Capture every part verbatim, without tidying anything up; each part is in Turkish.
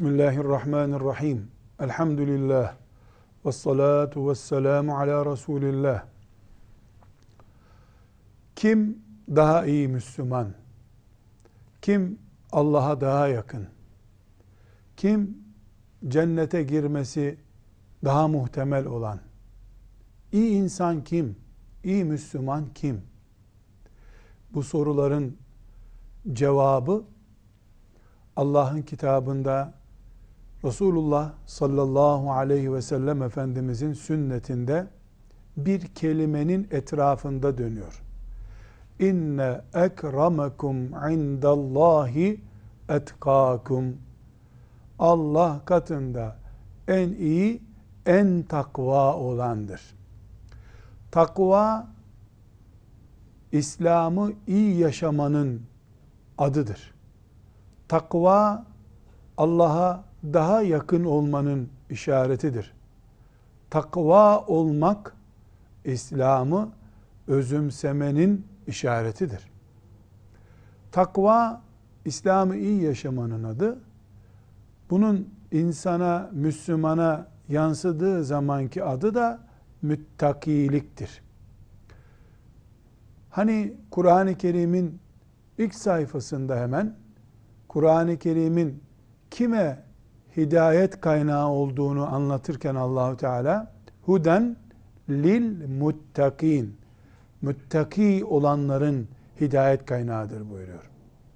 Bismillahirrahmanirrahim. Elhamdülillah. Vessalatu vesselamu ala Resulillah. Kim daha iyi Müslüman? Kim Allah'a daha yakın? Kim cennete girmesi daha muhtemel olan? İyi insan kim? İyi Müslüman kim? Bu soruların cevabı Allah'ın kitabında, Resulullah sallallahu aleyhi ve sellem Efendimizin sünnetinde bir kelimenin etrafında dönüyor. İnne ekremekum indallahi etkâkum. Allah katında en iyi, en takva olandır. Takva, İslam'ı iyi yaşamanın adıdır. Takva, Allah'a daha yakın olmanın işaretidir. Takva olmak, İslam'ı özümsemenin işaretidir. Takva, İslam'ı iyi yaşamanın adı. Bunun insana, Müslümana yansıdığı zamanki adı da müttakiliktir. Hani Kur'an-ı Kerim'in ilk sayfasında hemen, Kur'an-ı Kerim'in kime hidayet kaynağı olduğunu anlatırken Allahu Teala huden lil muttakin, muttaki olanların hidayet kaynağıdır buyuruyor.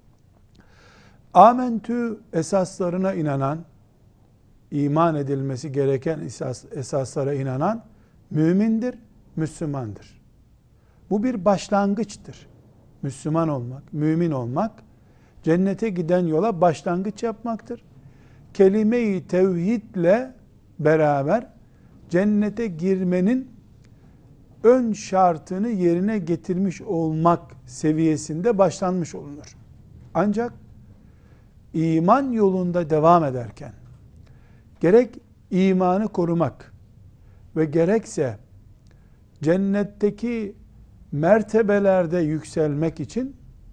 Amentü esaslarına inanan, iman edilmesi gereken esas, esaslara inanan mümindir, Müslümandır. Bu bir başlangıçtır. Müslüman olmak, mümin olmak, cennete giden yola başlangıç yapmaktır. Kelime-i tevhidle beraber cennete girmenin ön şartını yerine getirmiş olmak seviyesinde başlanmış olunur. Ancak iman yolunda devam ederken gerek imanı korumak ve gerekse cennetteki mertebelerde yükselmek için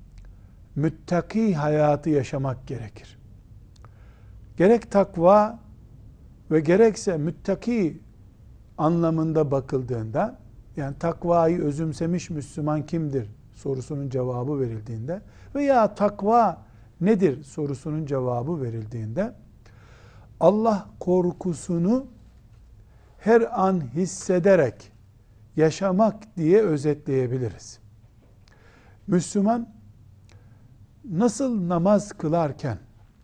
müttaki hayatı yaşamak gerekir. Gerek takva ve gerekse müttaki anlamında bakıldığında, yani takvayı özümsemiş Müslüman kimdir sorusunun cevabı verildiğinde veya takva nedir sorusunun cevabı verildiğinde, Allah korkusunu her an hissederek yaşamak diye özetleyebiliriz. Müslüman nasıl namaz kılarken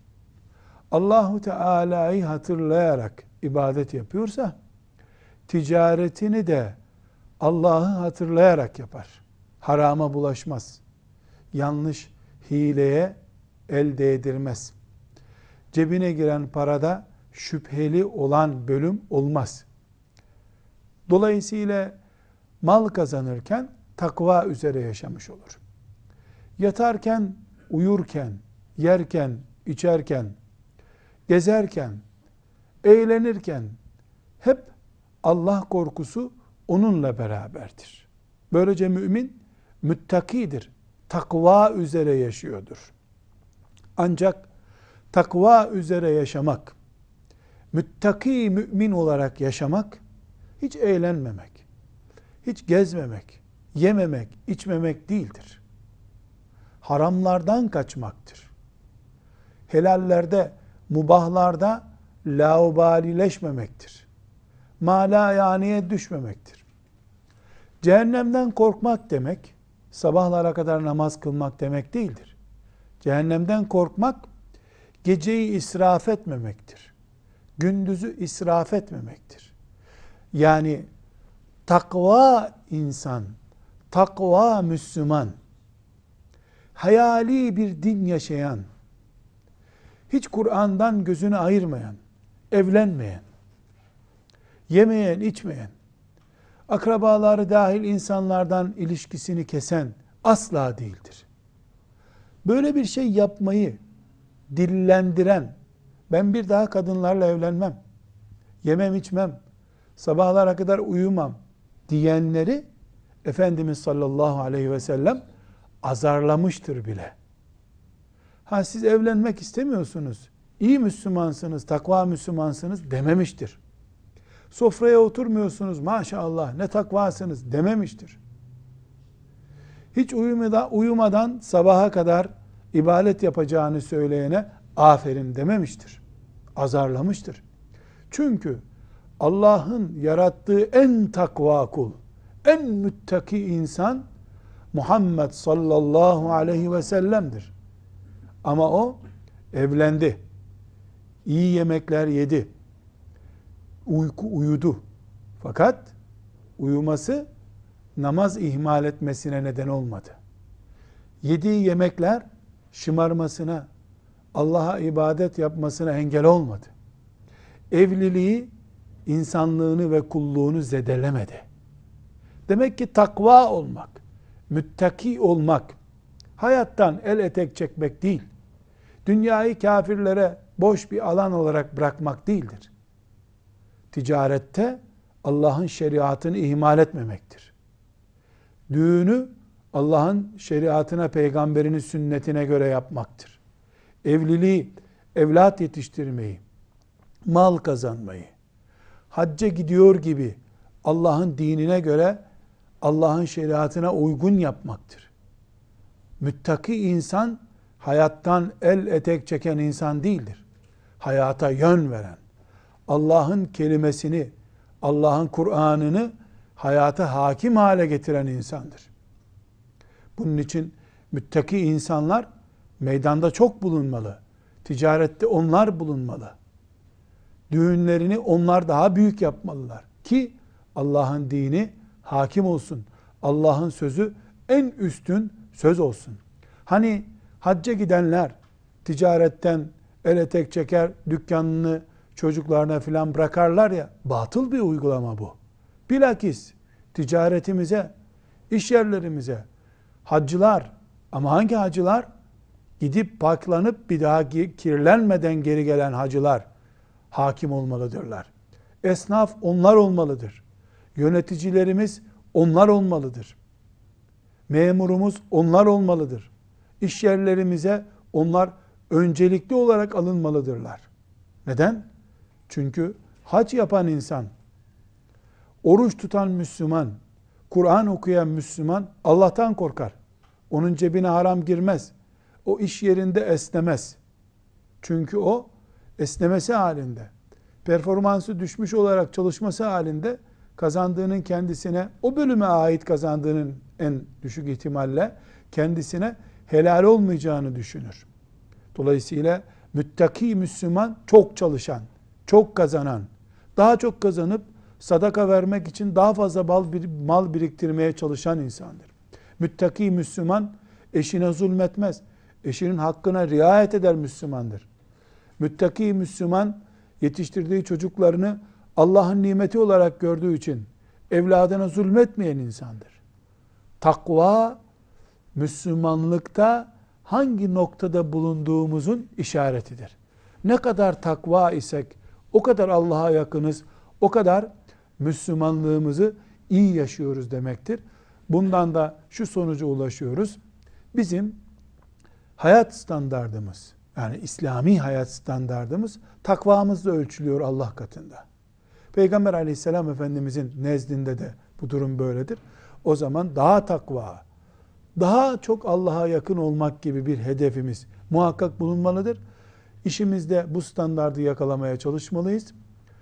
Allahu Teala'yı hatırlayarak ibadet yapıyorsa, ticaretini de Allah'ı hatırlayarak yapar. Harama bulaşmaz. Yanlış hileye el değdirmez. Cebine giren parada şüpheli olan bölüm olmaz. Dolayısıyla mal kazanırken takva üzere yaşamış olur. Yatarken, uyurken, yerken, içerken, gezerken, eğlenirken hep Allah korkusu onunla beraberdir. Böylece mümin müttakidir. Takva üzere yaşıyordur. Ancak takva üzere yaşamak, müttaki mümin olarak yaşamak, hiç eğlenmemek, hiç gezmemek, yememek, içmemek değildir. Haramlardan kaçmaktır. Helallerde, mubahlarda laubalileşmemektir. Malayaniye düşmemektir. Cehennemden korkmak demek, sabahlara kadar namaz kılmak demek değildir. Cehennemden korkmak, geceyi israf etmemektir. Gündüzü israf etmemektir. Yani takva insan, takva Müslüman, hayali bir din yaşayan, hiç Kur'an'dan gözünü ayırmayan, evlenmeyen, yemeyen, içmeyen, akrabaları dahil insanlardan ilişkisini kesen asla değildir. Böyle bir şey yapmayı dillendiren, ben bir daha kadınlarla evlenmem, yemem içmem, sabahlara kadar uyumam diyenleri Efendimiz sallallahu aleyhi ve sellem azarlamıştır bile. Ha siz evlenmek istemiyorsunuz, iyi Müslümansınız, takva Müslümansınız dememiştir. Sofraya oturmuyorsunuz, maşallah ne takvasınız dememiştir. Hiç uyumadan, uyumadan sabaha kadar ibadet yapacağını söyleyene aferin dememiştir. Azarlamıştır. Çünkü Allah'ın yarattığı en takva kul, en müttaki insan Muhammed sallallahu aleyhi ve sellem'dir. Ama o evlendi. İyi yemekler yedi. Uyku uyudu. Fakat uyuması namaz ihmal etmesine neden olmadı. Yediği yemekler şımarmasına, Allah'a ibadet yapmasına engel olmadı. Evliliği insanlığını ve kulluğunu zedelemedi. Demek ki takva olmak, müttaki olmak, hayattan el etek çekmek değil, dünyayı kafirlere boş bir alan olarak bırakmak değildir. Ticarette Allah'ın şeriatını ihmal etmemektir. Düğünü Allah'ın şeriatına, peygamberinin sünnetine göre yapmaktır. Evliliği, evlat yetiştirmeyi, mal kazanmayı, hacca gidiyor gibi Allah'ın dinine göre, Allah'ın şeriatına uygun yapmaktır. Müttaki insan, hayattan el etek çeken insan değildir. Hayata yön veren, Allah'ın kelimesini, Allah'ın Kur'an'ını hayata hakim hale getiren insandır. Bunun için müttaki insanlar meydanda çok bulunmalı. Ticarette onlar bulunmalı. Düğünlerini onlar daha büyük yapmalılar ki Allah'ın dini hakim olsun. Allah'ın sözü en üstün söz olsun. Hani hacca gidenler ticaretten el etek çeker, dükkanını çocuklarına filan bırakarlar ya, batıl bir uygulama bu. Bilakis ticaretimize, iş yerlerimize hacılar, ama hangi hacılar? Gidip paklanıp bir daha kirlenmeden geri gelen hacılar hakim olmalıdırlar. Esnaf onlar olmalıdır. Yöneticilerimiz onlar olmalıdır. Memurumuz onlar olmalıdır. İş yerlerimize onlar öncelikli olarak alınmalıdırlar. Neden? Çünkü hac yapan insan, oruç tutan Müslüman, Kur'an okuyan Müslüman Allah'tan korkar. Onun cebine haram girmez. O iş yerinde esnemez. Çünkü o esnemesi halinde, performansı düşmüş olarak çalışması halinde kazandığının kendisine, o bölüme ait kazandığının en düşük ihtimalle kendisine helal olmayacağını düşünür. Dolayısıyla müttaki Müslüman çok çalışan, çok kazanan, daha çok kazanıp sadaka vermek için daha fazla mal biriktirmeye çalışan insandır. Müttaki Müslüman eşine zulmetmez. Eşinin hakkına riayet eder Müslümandır. Müttaki Müslüman yetiştirdiği çocuklarını Allah'ın nimeti olarak gördüğü için evladına zulmetmeyen insandır. Takva, Müslümanlıkta hangi noktada bulunduğumuzun işaretidir. Ne kadar takva isek o kadar Allah'a yakınız, o kadar Müslümanlığımızı iyi yaşıyoruz demektir. Bundan da şu sonuca ulaşıyoruz. Bizim hayat standardımız, yani İslami hayat standardımız takvamızla ölçülüyor Allah katında. Peygamber aleyhisselam Efendimizin nezdinde de bu durum böyledir. O zaman daha takva, daha çok Allah'a yakın olmak gibi bir hedefimiz muhakkak bulunmalıdır. İşimizde bu standardı yakalamaya çalışmalıyız.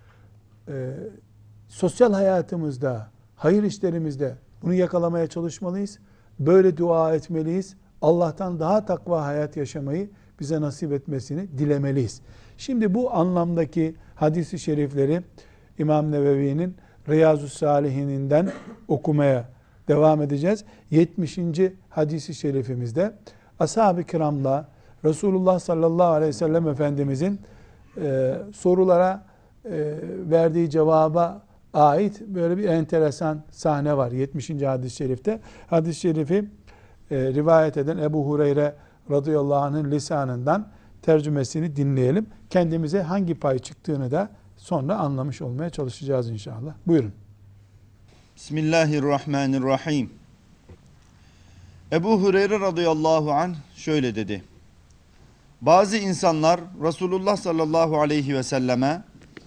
Ee, sosyal hayatımızda, hayır işlerimizde bunu yakalamaya çalışmalıyız. Böyle dua etmeliyiz. Allah'tan daha takva hayat yaşamayı bize nasip etmesini dilemeliyiz. Şimdi bu anlamdaki hadis-i şerifleri İmam Nevevi'nin Riyazu Salihininden okumaya devam edeceğiz. yetmişinci hadis-i şerifimizde ashab-ı kiramla Resulullah sallallahu aleyhi ve sellem Efendimizin e, sorulara e, verdiği cevaba ait böyle bir enteresan sahne var yetmişinci hadis-i şerifte. Hadis-i şerifi e, rivayet eden Ebu Hureyre radıyallahu anh'ın lisanından tercümesini dinleyelim. Kendimize hangi pay çıktığını da sonra anlamış olmaya çalışacağız inşallah. Buyurun. Bazı insanlar Resulullah sallallahu aleyhi ve selleme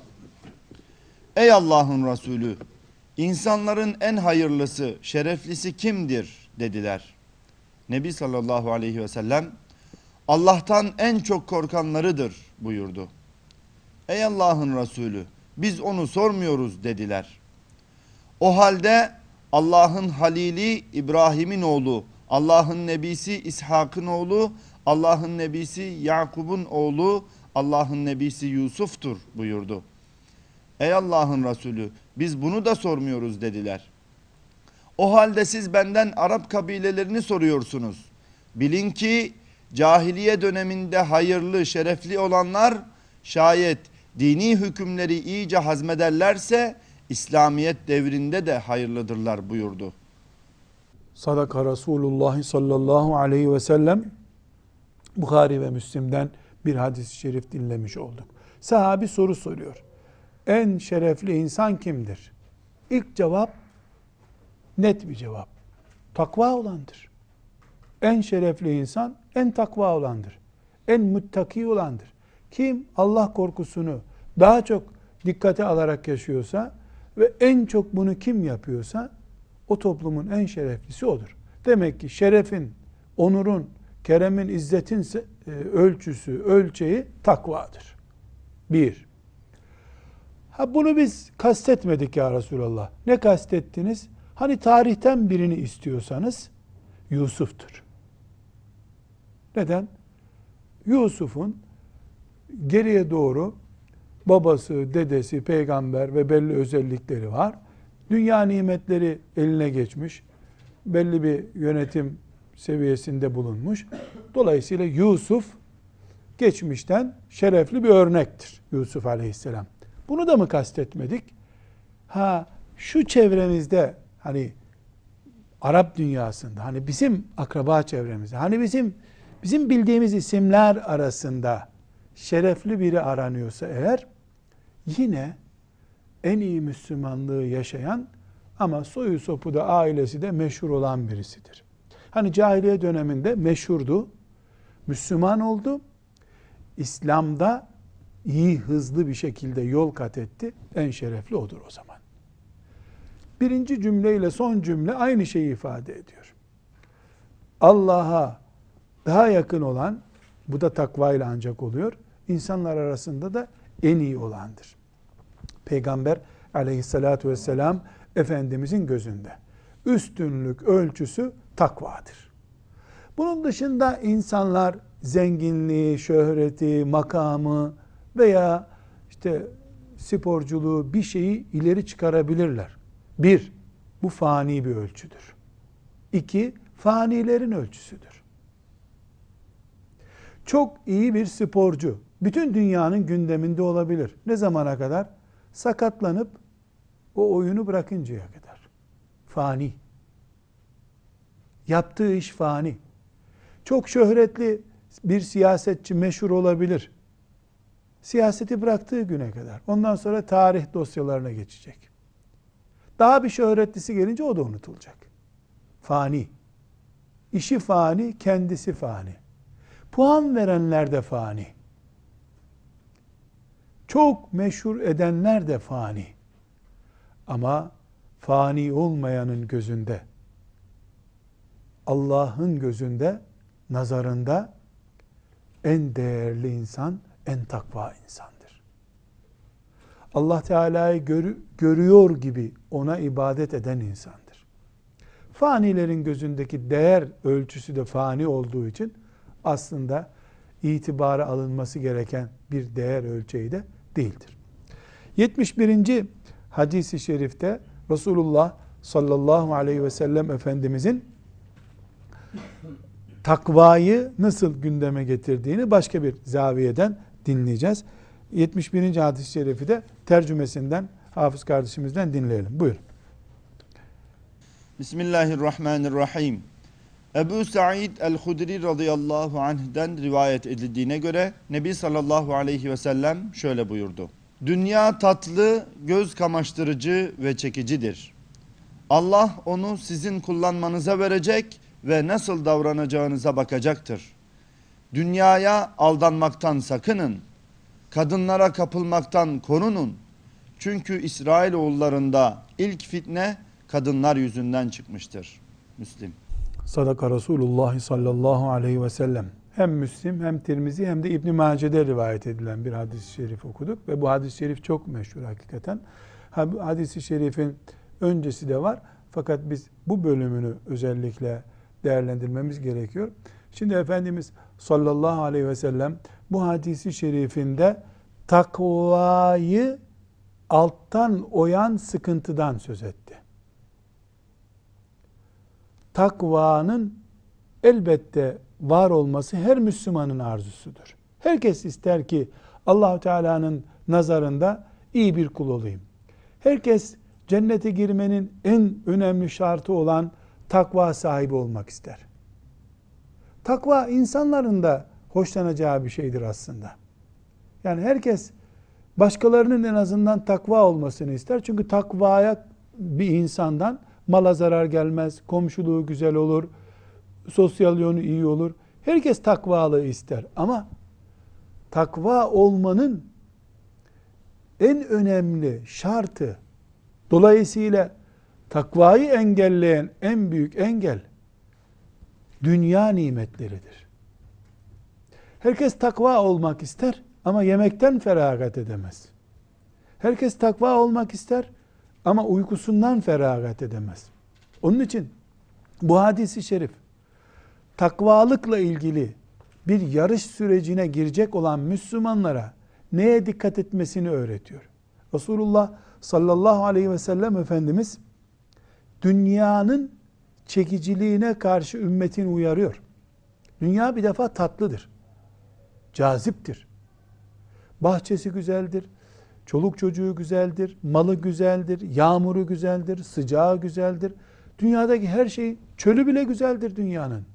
ey Allah'ın Resulü, insanların en hayırlısı, şereflisi kimdir dediler. Nebi sallallahu aleyhi ve sellem Allah'tan en çok korkanlarıdır buyurdu. Ey Allah'ın Resulü, biz onu sormuyoruz dediler. O halde Allah'ın Halili İbrahim'in oğlu, Allah'ın Nebisi İshak'ın oğlu, Allah'ın Nebisi Yakub'un oğlu, Allah'ın Nebisi Yusuf'tur buyurdu. Ey Allah'ın Resulü, biz bunu da sormuyoruz dediler. O halde siz benden Arap kabilelerini soruyorsunuz. Bilin ki cahiliye döneminde hayırlı, şerefli olanlar şayet dini hükümleri iyice hazmederlerse İslamiyet devrinde de hayırlıdırlar buyurdu. Sadaka Resulullah sallallahu aleyhi ve sellem. Bukhari ve Müslim'den bir hadis-i şerif dinlemiş olduk. Sahabi soru soruyor. En şerefli insan kimdir? İlk cevap net bir cevap. Takva olandır. En şerefli insan en takva olandır. En muttaki olandır. Kim Allah korkusunu daha çok dikkate alarak yaşıyorsa ve en çok bunu kim yapıyorsa o toplumun en şereflisi odur. Demek ki şerefin, onurun, keremin, izzetin ölçüsü, ölçeği takvadır. Bir. Ha bunu biz kastetmedik ya Resulallah. Ne kastettiniz? Hani tarihten birini istiyorsanız Yusuf'tur. Neden? Yusuf'un geriye doğru babası, dedesi, peygamber ve belli özellikleri var. Dünya nimetleri eline geçmiş. Belli bir yönetim seviyesinde bulunmuş. Dolayısıyla Yusuf geçmişten şerefli bir örnektir. Yusuf Aleyhisselam. Bunu da mı kastetmedik? Ha şu çevremizde hani Arap dünyasında, hani bizim akraba çevremizde, hani bizim bizim bildiğimiz isimler arasında şerefli biri aranıyorsa eğer, yine en iyi Müslümanlığı yaşayan ama soyu sopu da ailesi de meşhur olan birisidir. Hani cahiliye döneminde meşhurdu, Müslüman oldu, İslam'da iyi, hızlı bir şekilde yol kat etti, en şerefli odur o zaman. Birinci cümleyle son cümle aynı şeyi ifade ediyor. Allah'a daha yakın olan, bu da takvayla ancak oluyor, İnsanlar arasında da en iyi olandır. Peygamber aleyhissalatu vesselam Efendimizin gözünde üstünlük ölçüsü takvadır. Bunun dışında insanlar zenginliği, şöhreti, makamı veya işte sporculuğu, bir şeyi ileri çıkarabilirler. Bir, bu fani bir ölçüdür. İki, fanilerin ölçüsüdür. Çok iyi bir sporcu, bütün dünyanın gündeminde olabilir. Ne zamana kadar? Sakatlanıp o oyunu bırakıncaya kadar. Fani. Yaptığı iş fani. Çok şöhretli bir siyasetçi meşhur olabilir. Siyaseti bıraktığı güne kadar. Ondan sonra tarih dosyalarına geçecek. Daha bir şöhretlisi gelince o da unutulacak. Fani. İşi fani, kendisi fani. Puan verenler de fani. Çok meşhur edenler de fani. Ama fani olmayanın gözünde, Allah'ın gözünde, nazarında en değerli insan, en takva insandır. Allah Teala'yı gör, görüyor gibi ona ibadet eden insandır. Fanilerin gözündeki değer ölçüsü de fani olduğu için aslında itibara alınması gereken bir değer ölçeği de değildir. yetmiş birinci hadis-i şerifte Resulullah sallallahu aleyhi ve sellem Efendimizin takvayı nasıl gündeme getirdiğini başka bir zaviyeden dinleyeceğiz. yetmiş birinci hadis-i şerifi de tercümesinden Hafız kardeşimizden dinleyelim. Buyurun. Bismillahirrahmanirrahim. Ebu Sa'id el-Hudri radıyallahu anh'den rivayet edildiğine göre Nebi sallallahu aleyhi ve sellem şöyle buyurdu. Dünya tatlı, göz kamaştırıcı ve çekicidir. Allah onu sizin kullanmanıza verecek ve nasıl davranacağınıza bakacaktır. Dünyaya aldanmaktan sakının. Kadınlara kapılmaktan korunun. Çünkü İsrailoğullarında ilk fitne kadınlar yüzünden çıkmıştır. Müslim. Sadaka Resulullah sallallahu aleyhi ve sellem. Hem Müslim hem Tirmizi hem de İbn-i Mace'de rivayet edilen bir hadis-i şerif okuduk. Ve bu hadis-i şerif çok meşhur hakikaten. Hadis-i şerifin öncesi de var. Fakat biz bu bölümünü özellikle değerlendirmemiz gerekiyor. Şimdi Efendimiz sallallahu aleyhi ve sellem bu hadis-i şerifinde takvayı alttan oyan sıkıntıdan söz etti. Takvanın elbette var olması her Müslümanın arzusudur. Herkes ister ki Allah-u Teala'nın nazarında iyi bir kul olayım. Herkes cennete girmenin en önemli şartı olan takva sahibi olmak ister. Takva insanların da hoşlanacağı bir şeydir aslında. Yani herkes başkalarının en azından takva olmasını ister. Çünkü takvaya bir insandan mala zarar gelmez, komşuluğu güzel olur, sosyal yönü iyi olur. Herkes takvalı ister. Ama takva olmanın en önemli şartı, dolayısıyla takvayı engelleyen en büyük engel dünya nimetleridir. Herkes takva olmak ister ama yemekten feragat edemez. Herkes takva olmak ister ama uykusundan feragat edemez. Onun için bu hadis-i şerif takvalıkla ilgili bir yarış sürecine girecek olan Müslümanlara neye dikkat etmesini öğretiyor. Resulullah sallallahu aleyhi ve sellem Efendimiz dünyanın çekiciliğine karşı ümmetini uyarıyor. Dünya bir defa tatlıdır. Caziptir. Bahçesi güzeldir. Çoluk çocuğu güzeldir. Malı güzeldir. Yağmuru güzeldir. Sıcağı güzeldir. Dünyadaki her şey, çölü bile güzeldir dünyanın.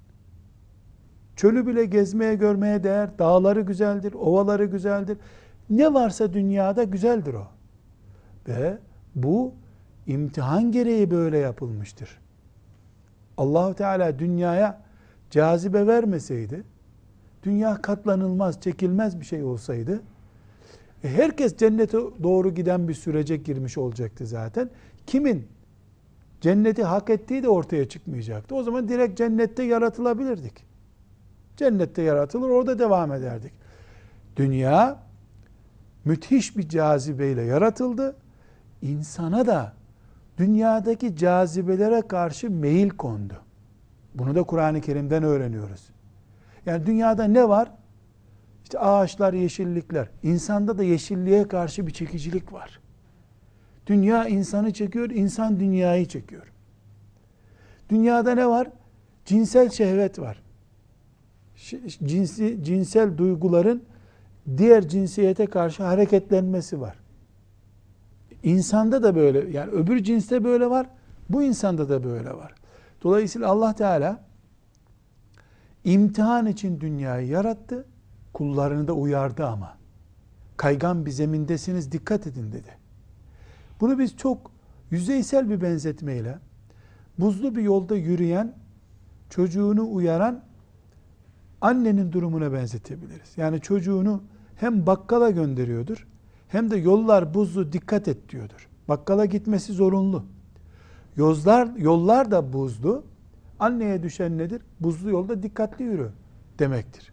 Çölü bile gezmeye görmeye değer. Dağları güzeldir. Ovaları güzeldir. Ne varsa dünyada güzeldir o. Ve bu imtihan gereği böyle yapılmıştır. Allah-u Teala dünyaya cazibe vermeseydi, dünya katlanılmaz, çekilmez bir şey olsaydı, e herkes cennete doğru giden bir sürece girmiş olacaktı zaten. Kimin cenneti hak ettiği de ortaya çıkmayacaktı. O zaman direkt cennette yaratılabilirdik. Cennette yaratılır, orada devam ederdik. Dünya müthiş bir cazibeyle yaratıldı. İnsana da dünyadaki cazibelere karşı meyil kondu. Bunu da Kur'an-ı Kerim'den öğreniyoruz. Yani dünyada ne var? İşte ağaçlar, yeşillikler. İnsanda da yeşilliğe karşı bir çekicilik var. Dünya insanı çekiyor, insan dünyayı çekiyor. Dünyada ne var? Cinsel şehvet var. Cinsi, cinsel duyguların diğer cinsiyete karşı hareketlenmesi var. İnsanda da böyle, yani öbür cinste böyle var, bu insanda da böyle var. Dolayısıyla Allah Teala imtihan için dünyayı yarattı, kullarını da uyardı ama. Kaygan bir zemindesiniz, dikkat edin dedi. Bunu biz çok yüzeysel bir benzetmeyle, buzlu bir yolda yürüyen, çocuğunu uyaran annenin durumuna benzetebiliriz. Yani çocuğunu hem bakkala gönderiyordur, hem de yollar buzlu, dikkat et diyordur. Bakkala gitmesi zorunlu. Yollar, yollar da buzlu. Anneye düşen nedir? Buzlu yolda dikkatli yürü demektir.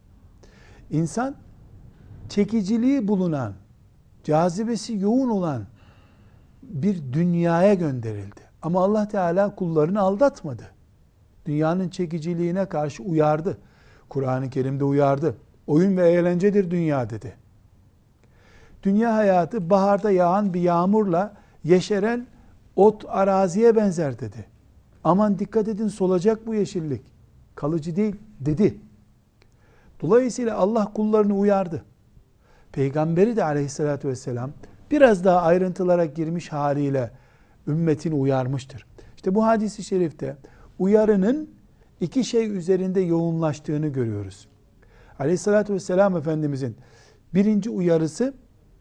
İnsan çekiciliği bulunan, cazibesi yoğun olan bir dünyaya gönderildi. Ama Allah Teala kullarını aldatmadı. Dünyanın çekiciliğine karşı uyardı. Kur'an-ı Kerim'de uyardı. Oyun ve eğlencedir dünya dedi. Dünya hayatı baharda yağan bir yağmurla yeşeren ot araziye benzer dedi. Aman dikkat edin, solacak bu yeşillik. Kalıcı değil dedi. Dolayısıyla Allah kullarını uyardı. Peygamberi de aleyhissalatü vesselam biraz daha ayrıntılara girmiş haliyle ümmetini uyarmıştır. İşte bu hadis-i şerifte uyarının iki şey üzerinde yoğunlaştığını görüyoruz. Aleyhissalatü vesselam Efendimizin birinci uyarısı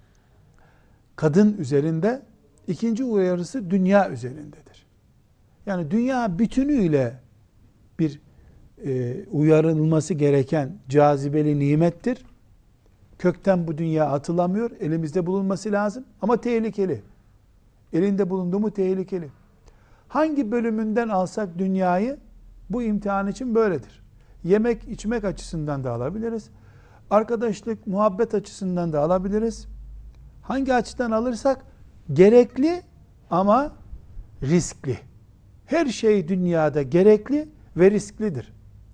kadın üzerinde, ikinci uyarısı dünya üzerindedir. Yani dünya bütünüyle bir e, uyarılması gereken cazibeli nimettir. Kökten bu dünya atılamıyor. Elimizde bulunması lazım. Ama tehlikeli. Elinde bulunduğu mu tehlikeli. Hangi bölümünden alsak dünyayı, bu imtihan için böyledir. Yemek, içmek açısından da alabiliriz. Arkadaşlık, muhabbet açısından da alabiliriz. Hangi açıdan alırsak gerekli ama riskli. Her şey dünyada gerekli ve risklidir.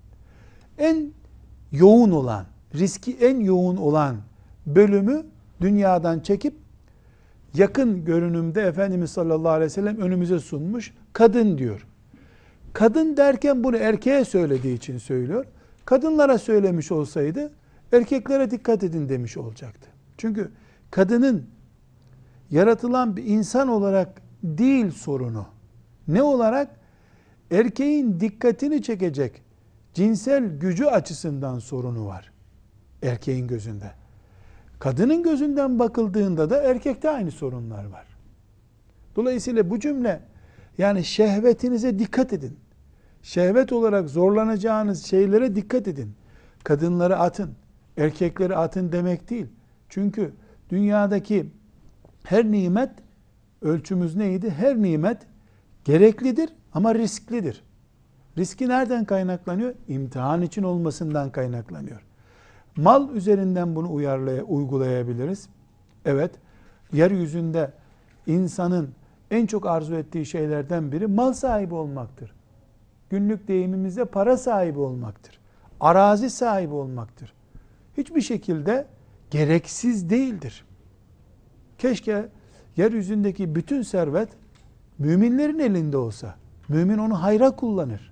En yoğun olan, riski en yoğun olan bölümü dünyadan çekip yakın görünümde Efendimiz sallallahu aleyhi ve sellem önümüze sunmuş. Kadın diyor. Kadın derken bunu erkeğe söylediği için söylüyor. Kadınlara söylemiş olsaydı erkeklere dikkat edin demiş olacaktı. Çünkü kadının yaratılan bir insan olarak değil sorunu. Ne olarak? Erkeğin dikkatini çekecek cinsel gücü açısından sorunu var. Erkeğin gözünde. Kadının gözünden bakıldığında da erkekte aynı sorunlar var. Dolayısıyla bu cümle, yani şehvetinize dikkat edin. Şehvet olarak zorlanacağınız şeylere dikkat edin. Kadınları atın, erkekleri atın demek değil. Çünkü dünyadaki her nimet, ölçümüz neydi? Her nimet gereklidir ama risklidir. Riski nereden kaynaklanıyor? İmtihan için olmasından kaynaklanıyor. Mal üzerinden bunu uyarlaya, uygulayabiliriz. Evet, yeryüzünde insanın en çok arzu ettiği şeylerden biri mal sahibi olmaktır. Günlük deyimimizde para sahibi olmaktır. Arazi sahibi olmaktır. Hiçbir şekilde gereksiz değildir. Keşke yeryüzündeki bütün servet müminlerin elinde olsa. Mümin onu hayra kullanır.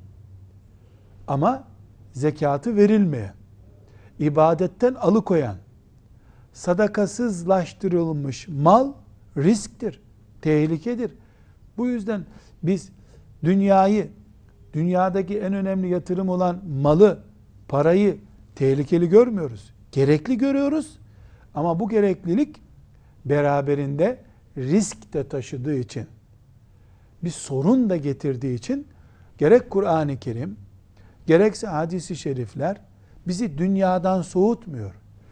Ama zekatı verilmeyen, ibadetten alıkoyan, sadakasızlaştırılmış mal risktir, tehlikedir. Bu yüzden biz dünyayı, dünyadaki en önemli yatırım olan malı, parayı tehlikeli görmüyoruz. Gerekli görüyoruz. Ama bu gereklilik beraberinde risk de taşıdığı için, bir sorun da getirdiği için gerek Kur'an-ı Kerim, gerekse hadis-i şerifler bizi dünyadan soğutmuyor.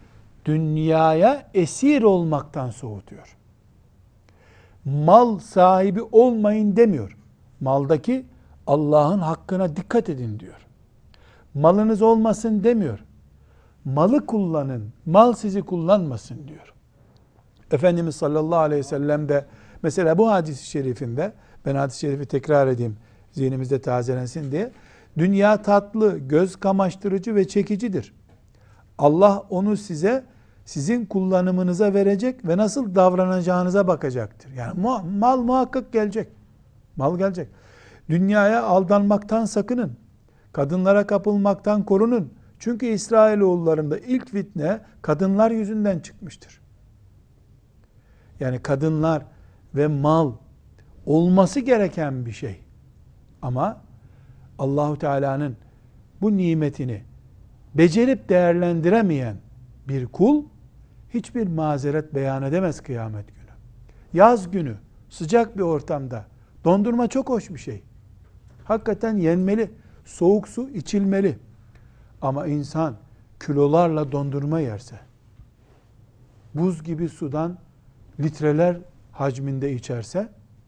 Dünyaya esir olmaktan soğutuyor. Mal sahibi olmayın demiyor. Maldaki Allah'ın hakkına dikkat edin diyor. Malınız olmasın demiyor. Malı kullanın, mal sizi kullanmasın diyor. Efendimiz sallallahu aleyhi ve sellem de mesela bu hadis-i şerifinde, ben hadis-i şerifi tekrar edeyim zihnimizde tazelensin diye, dünya tatlı, göz kamaştırıcı ve çekicidir. Allah onu size, sizin kullanımınıza verecek ve nasıl davranacağınıza bakacaktır. Yani mal muhakkak gelecek. Mal gelecek. Dünyaya aldanmaktan sakının. Kadınlara kapılmaktan korunun. Çünkü İsrailoğullarında ilk fitne kadınlar yüzünden çıkmıştır. Yani kadınlar ve mal olması gereken bir şey. Ama Allahu Teala'nın bu nimetini becerip değerlendiremeyen bir kul hiçbir mazeret beyan edemez kıyamet günü. Yaz günü sıcak bir ortamda dondurma çok hoş bir şey. Hakikaten yenmeli. Soğuk su içilmeli. Ama insan kilolarla dondurma yerse, buz gibi sudan litreler hacminde içerse,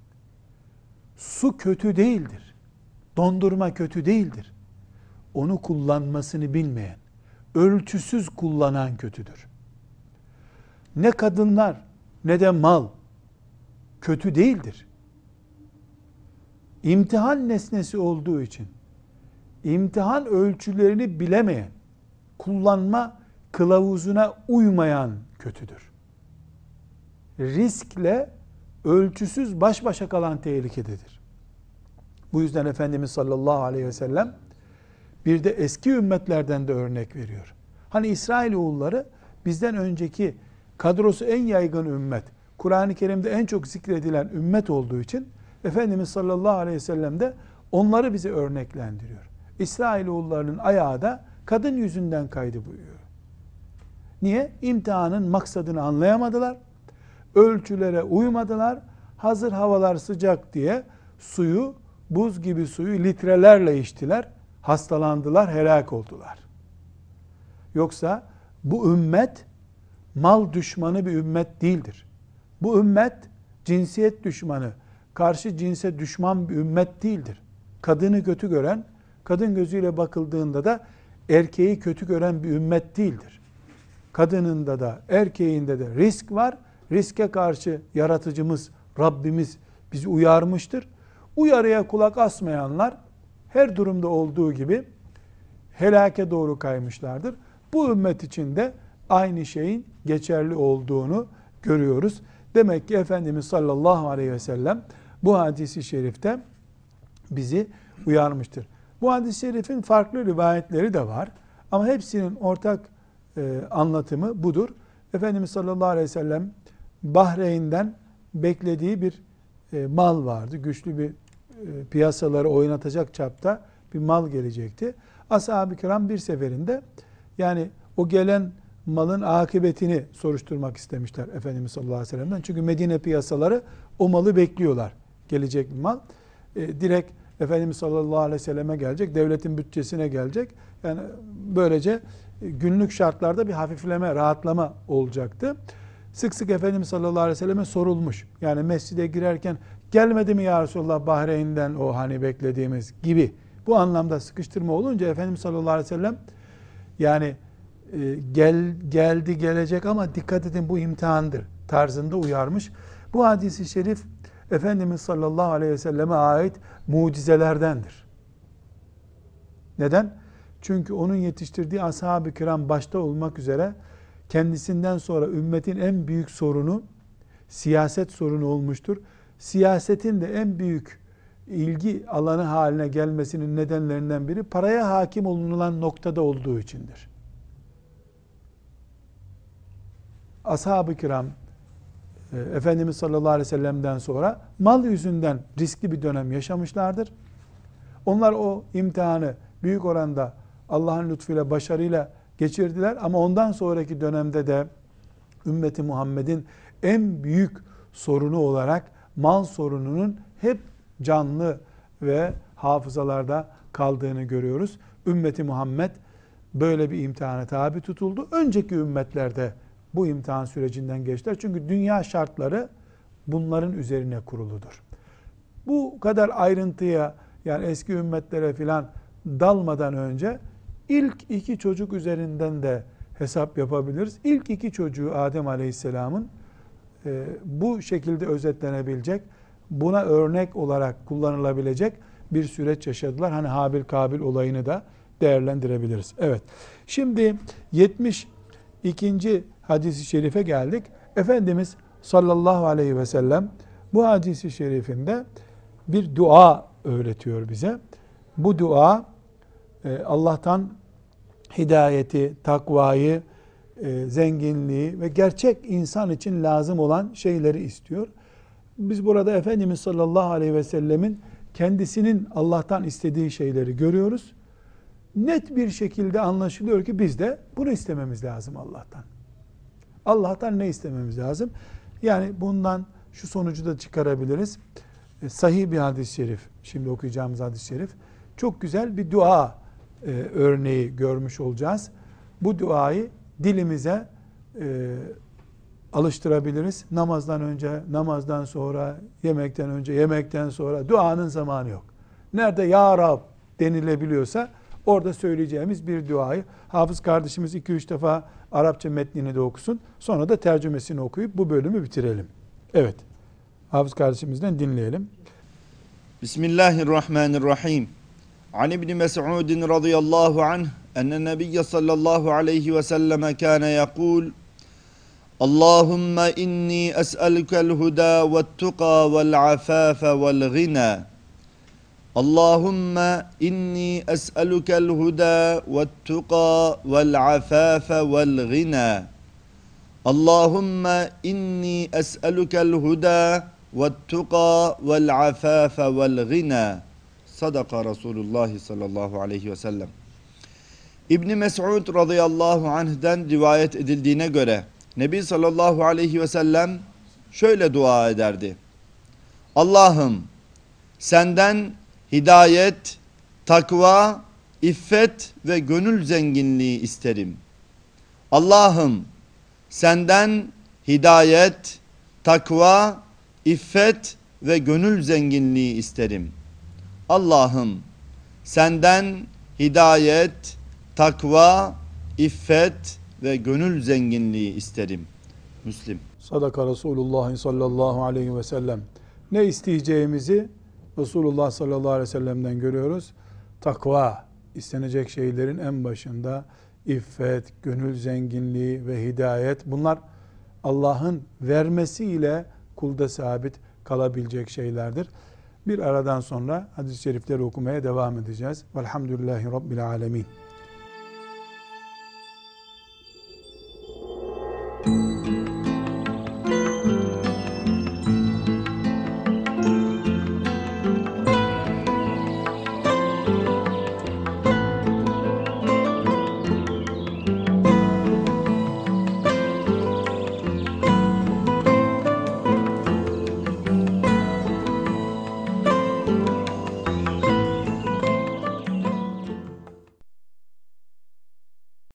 su kötü değildir. Dondurma kötü değildir. Onu kullanmasını bilmeyen, ölçüsüz kullanan kötüdür. Ne kadınlar ne de mal kötü değildir. İmtihan nesnesi olduğu için, imtihan ölçülerini bilemeyen, kullanma kılavuzuna uymayan kötüdür. Riskle ölçüsüz baş başa kalan tehlikededir. Bu yüzden Efendimiz sallallahu aleyhi ve sellem bir de eski ümmetlerden de örnek veriyor. Hani İsrailoğulları bizden önceki kadrosu en yaygın ümmet, Kur'an-ı Kerim'de en çok zikredilen ümmet olduğu için Efendimiz sallallahu aleyhi ve sellem de onları bize örneklendiriyor. İsrailoğullarının ayağı da kadın yüzünden kaydı buyuruyor. Niye? İmtihanın maksadını anlayamadılar. Ölçülere uymadılar. Hazır havalar sıcak diye suyu, buz gibi suyu litrelerle içtiler. hastalandılar, helak oldular. Yoksa bu ümmet mal düşmanı bir ümmet değildir. Bu ümmet cinsiyet düşmanı, karşı cinse düşman bir ümmet değildir. Kadını kötü gören, kadın gözüyle bakıldığında da erkeği kötü gören bir ümmet değildir. Kadınında da erkeğinde de risk var. Riske karşı yaratıcımız, Rabbimiz bizi uyarmıştır. Uyarıya kulak asmayanlar her durumda olduğu gibi helake doğru kaymışlardır. Bu ümmet için de aynı şeyin geçerli olduğunu görüyoruz. Demek ki Efendimiz sallallahu aleyhi ve sellem bu hadisi şerifte bizi uyarmıştır. Bu hadis-i şerifin farklı rivayetleri de var. Ama hepsinin ortak e, anlatımı budur. Efendimiz sallallahu aleyhi ve sellem Bahreyn'den beklediği bir e, mal vardı. Güçlü bir e, piyasaları oynatacak çapta bir mal gelecekti. Ashab-ı kiram bir seferinde yani o gelen malın akıbetini soruşturmak istemişler Efendimiz sallallahu aleyhi ve sellem'den. Çünkü Medine piyasaları o malı bekliyorlar. Gelecek bir mal. E, direkt Efendimiz sallallahu aleyhi ve selleme gelecek. Devletin bütçesine gelecek. Yani böylece günlük şartlarda bir hafifleme, rahatlama olacaktı. Sık sık Efendimiz sallallahu aleyhi ve selleme sorulmuş. Yani mescide girerken gelmedi mi ya Resulullah Bahreyn'den o hani beklediğimiz gibi. Bu anlamda sıkıştırma olunca Efendimiz sallallahu aleyhi ve sellem yani e, gel geldi gelecek ama dikkat edin bu imtihandır tarzında uyarmış. Bu hadisi şerif Efendimiz sallallahu aleyhi ve selleme ait mucizelerdendir. Neden? Çünkü onun yetiştirdiği ashab-ı kiram başta olmak üzere kendisinden sonra ümmetin en büyük sorunu siyaset sorunu olmuştur. Siyasetin de en büyük ilgi alanı haline gelmesinin nedenlerinden biri paraya hakim olunan noktada olduğu içindir. Ashab-ı kiram Efendimiz sallallahu aleyhi ve sellem'den sonra mal yüzünden riskli bir dönem yaşamışlardır. Onlar o imtihanı büyük oranda Allah'ın lütfuyla, başarıyla geçirdiler ama ondan sonraki dönemde de ümmeti Muhammed'in en büyük sorunu olarak mal sorununun hep canlı ve hafızalarda kaldığını görüyoruz. Ümmeti Muhammed böyle bir imtihana tabi tutuldu. Önceki ümmetlerde bu imtihan sürecinden geçtiler. Çünkü dünya şartları bunların üzerine kuruludur. Bu kadar ayrıntıya yani eski ümmetlere filan dalmadan önce ilk iki çocuk üzerinden de hesap yapabiliriz. İlk iki çocuğu Adem Aleyhisselam'ın e, bu şekilde özetlenebilecek, buna örnek olarak kullanılabilecek bir süreç yaşadılar. Hani Habil Kabil olayını da değerlendirebiliriz. Evet. Şimdi yetmiş ikinci hadis-i şerife geldik. Efendimiz sallallahu aleyhi ve sellem bu hadis-i şerifinde bir dua öğretiyor bize. Bu dua Allah'tan hidayeti, takvayı, zenginliği ve gerçek insan için lazım olan şeyleri istiyor. Biz burada Efendimiz sallallahu aleyhi ve sellemin kendisinin Allah'tan istediği şeyleri görüyoruz. Net bir şekilde anlaşılıyor ki biz de bunu istememiz lazım Allah'tan. Allah'tan ne istememiz lazım? Yani bundan şu sonucu da çıkarabiliriz. Sahih bir hadis-i şerif, şimdi okuyacağımız hadis-i şerif, çok güzel bir dua e, örneği görmüş olacağız. Bu duayı dilimize e, alıştırabiliriz. Namazdan önce, namazdan sonra, yemekten önce, yemekten sonra duanın zamanı yok. Nerede Ya Rab denilebiliyorsa orada söyleyeceğimiz bir duayı Hafız kardeşimiz iki üç defa Arapça metnini de okusun. Sonra da tercümesini okuyup bu bölümü bitirelim. Evet. Hafız kardeşimizden dinleyelim. Bismillahirrahmanirrahim. An İbn Mes'ud radıyallahu anh enne Nebiy sallallahu aleyhi ve sellem kana yekul Allahümme inni es'elukel huda ve't-tuqa vel-afafe vel-ghina. Allahümme inni es'elukel huda ve't-tuqa vel-afafe vel-ghina. Allahümme inni es'elukel huda ve't-tuqa vel-afafe vel-ghina. Sadaka Resulullah sallallahu aleyhi ve sellem. İbn Mes'ud radıyallahu anh'den rivayet edildiğine göre Nebi sallallahu aleyhi ve sellem şöyle dua ederdi. Allah'ım senden hidayet, takva, iffet ve gönül zenginliği isterim. Allah'ım senden hidayet, takva, iffet ve gönül zenginliği isterim. Allah'ım senden hidayet, takva, iffet ve gönül zenginliği isterim. Müslim. Sadaka Resulullah sallallahu aleyhi ve sellem. Ne isteyeceğimizi Resulullah sallallahu aleyhi ve sellem'den görüyoruz. Takva, istenecek şeylerin en başında iffet, gönül zenginliği ve hidayet. Bunlar Allah'ın vermesiyle kulda sabit kalabilecek şeylerdir. Bir aradan sonra hadis-i şerifleri okumaya devam edeceğiz. Velhamdülillahi Rabbil alemin.